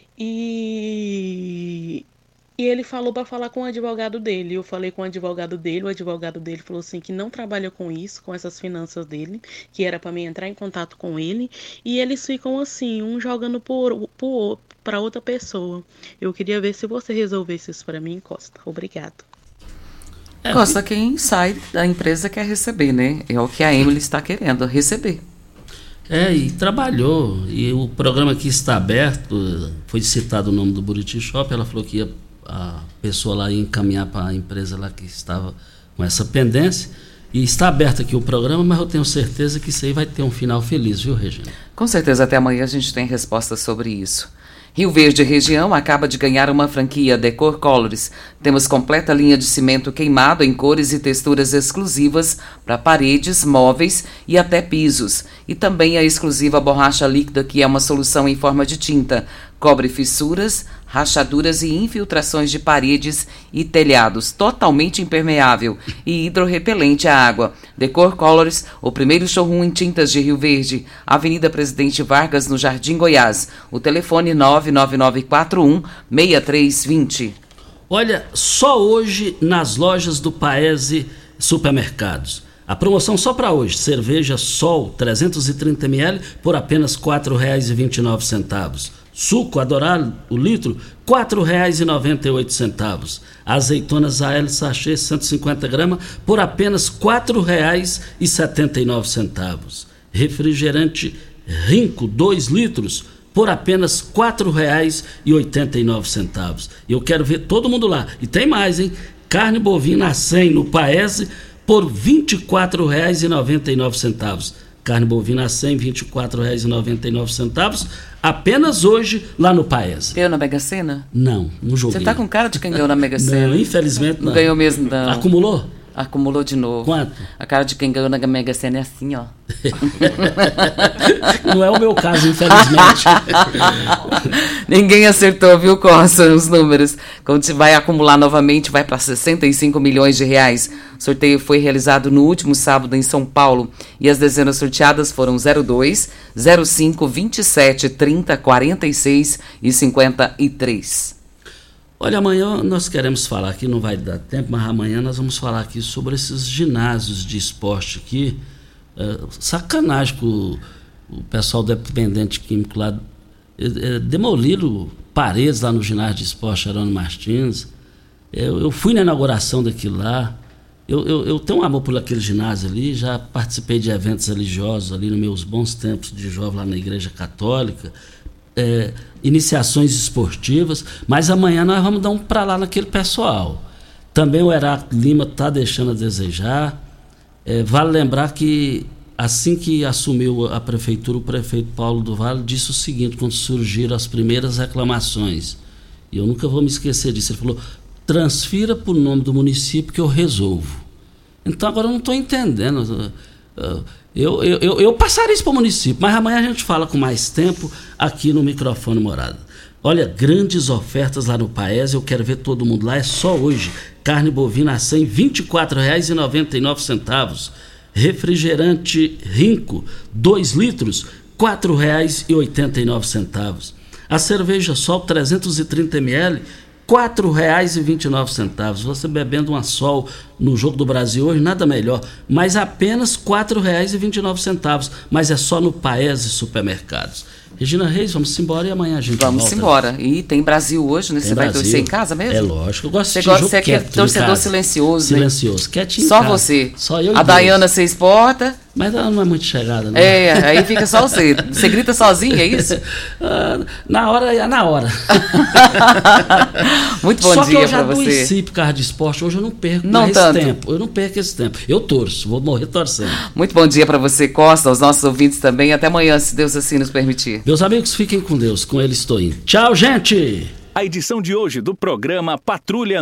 e ele falou para falar com o advogado dele. Eu falei com o advogado dele falou assim que não trabalha com isso, com essas finanças dele, que era para mim entrar em contato com ele, e eles ficam assim, um jogando para outra pessoa. Eu queria ver se você resolvesse isso para mim, Costa. Obrigado. Costa, quem sai da empresa quer receber, né? É o que a Emily está querendo, receber. E trabalhou, e o programa aqui está aberto. Foi citado o nome do Buriti Shop, ela falou que a pessoa lá ia encaminhar para a empresa lá que estava com essa pendência, e está aberto aqui o programa, mas eu tenho certeza que isso aí vai ter um final feliz, viu, Regina? Com certeza, até amanhã a gente tem resposta sobre isso. Rio Verde Região acaba de ganhar uma franquia Decor Colors. Temos completa linha de cimento queimado em cores e texturas exclusivas para paredes, móveis e até pisos. E também a exclusiva borracha líquida, que é uma solução em forma de tinta. Cobre fissuras, rachaduras e infiltrações de paredes e telhados, totalmente impermeável e hidrorrepelente à água. Decor Colors, o primeiro showroom em tintas de Rio Verde, Avenida Presidente Vargas, no Jardim Goiás. O telefone 99941-6320. Olha, só hoje nas lojas do Paese Supermercados. A promoção só para hoje: cerveja Sol 330 ml por apenas R$ 4,29. Suco Adorar, o litro, R$ 4,98. Azeitonas AL sachê 150 gramas por apenas R$ 4,79. Refrigerante Rinco 2 litros por apenas R$ 4,89. E eu quero ver todo mundo lá. E tem mais, hein? Carne bovina a 100 no Paese por R$ 24,99. Carne bovina a 100, R$ 24,99. Apenas hoje, lá no Paese. Ganhou na Mega Sena? Não joguei. Você tá com cara de quem ganhou na Mega Sena? Não, infelizmente não. Não ganhou mesmo, não. Acumulou? Acumulou de novo. Quanto? A cara de quem ganhou na Mega Sena é assim, ó. Não é o meu caso, infelizmente. Ninguém acertou, viu, Costa, os números. Quando você vai acumular novamente, vai para 65 milhões de reais. O sorteio foi realizado no último sábado em São Paulo e as dezenas sorteadas foram 02, 05, 27, 30, 46 e 53. Olha, amanhã nós queremos falar aqui, não vai dar tempo, mas amanhã nós vamos falar aqui sobre esses ginásios de esporte aqui. Sacanagem com o pessoal do dependente químico lá. Demoliram paredes lá no ginásio de esporte Jerônimo Martins. Eu fui na inauguração daquilo lá. Eu tenho um amor por aquele ginásio ali, já participei de eventos religiosos ali nos meus bons tempos de jovem lá na Igreja Católica, iniciações esportivas, mas amanhã nós vamos dar um para lá naquele pessoal. Também o Heráclito Lima está deixando a desejar. Vale lembrar que assim que assumiu a prefeitura, o prefeito Paulo do Vale disse o seguinte, quando surgiram as primeiras reclamações, e eu nunca vou me esquecer disso, ele falou: transfira para o nome do município que eu resolvo. Então agora eu não estou entendendo. Eu passaria isso para o município, mas amanhã a gente fala com mais tempo aqui no microfone Morada. Olha, grandes ofertas lá no Paes, eu quero ver todo mundo lá, é só hoje. Carne bovina a 100, R$ 24,99. Refrigerante Rinco, 2 litros, R$ 4,89. A cerveja Sol 330 ml, R$ 4,29. Você bebendo uma Sol no Jogo do Brasil hoje, nada melhor, mas apenas R$ 4,29. Mas é só no Paes e Supermercados. Regina Reis, vamos embora e amanhã a gente volta. Vamos embora. E tem Brasil hoje, né? Você vai torcer em casa mesmo? É lógico. Eu gosto de Você é torcedor silencioso, né? Silencioso. Quietinho só em casa. Você. Só eu e a Deus. Dayana você exporta. Mas ela não é muito chegada, não. Aí fica só você. Você grita sozinho, é isso? Na hora. Muito bom dia pra você. Só que eu já adoeci por causa de esporte. Hoje eu não perco tempo. Eu não perco esse tempo. Eu torço. Vou morrer torcendo. Muito bom dia pra você, Costa, aos nossos ouvintes também. Até amanhã, se Deus assim nos permitir. Meus amigos, fiquem com Deus. Com ele estou indo. Tchau, gente! A edição de hoje do programa Patrulha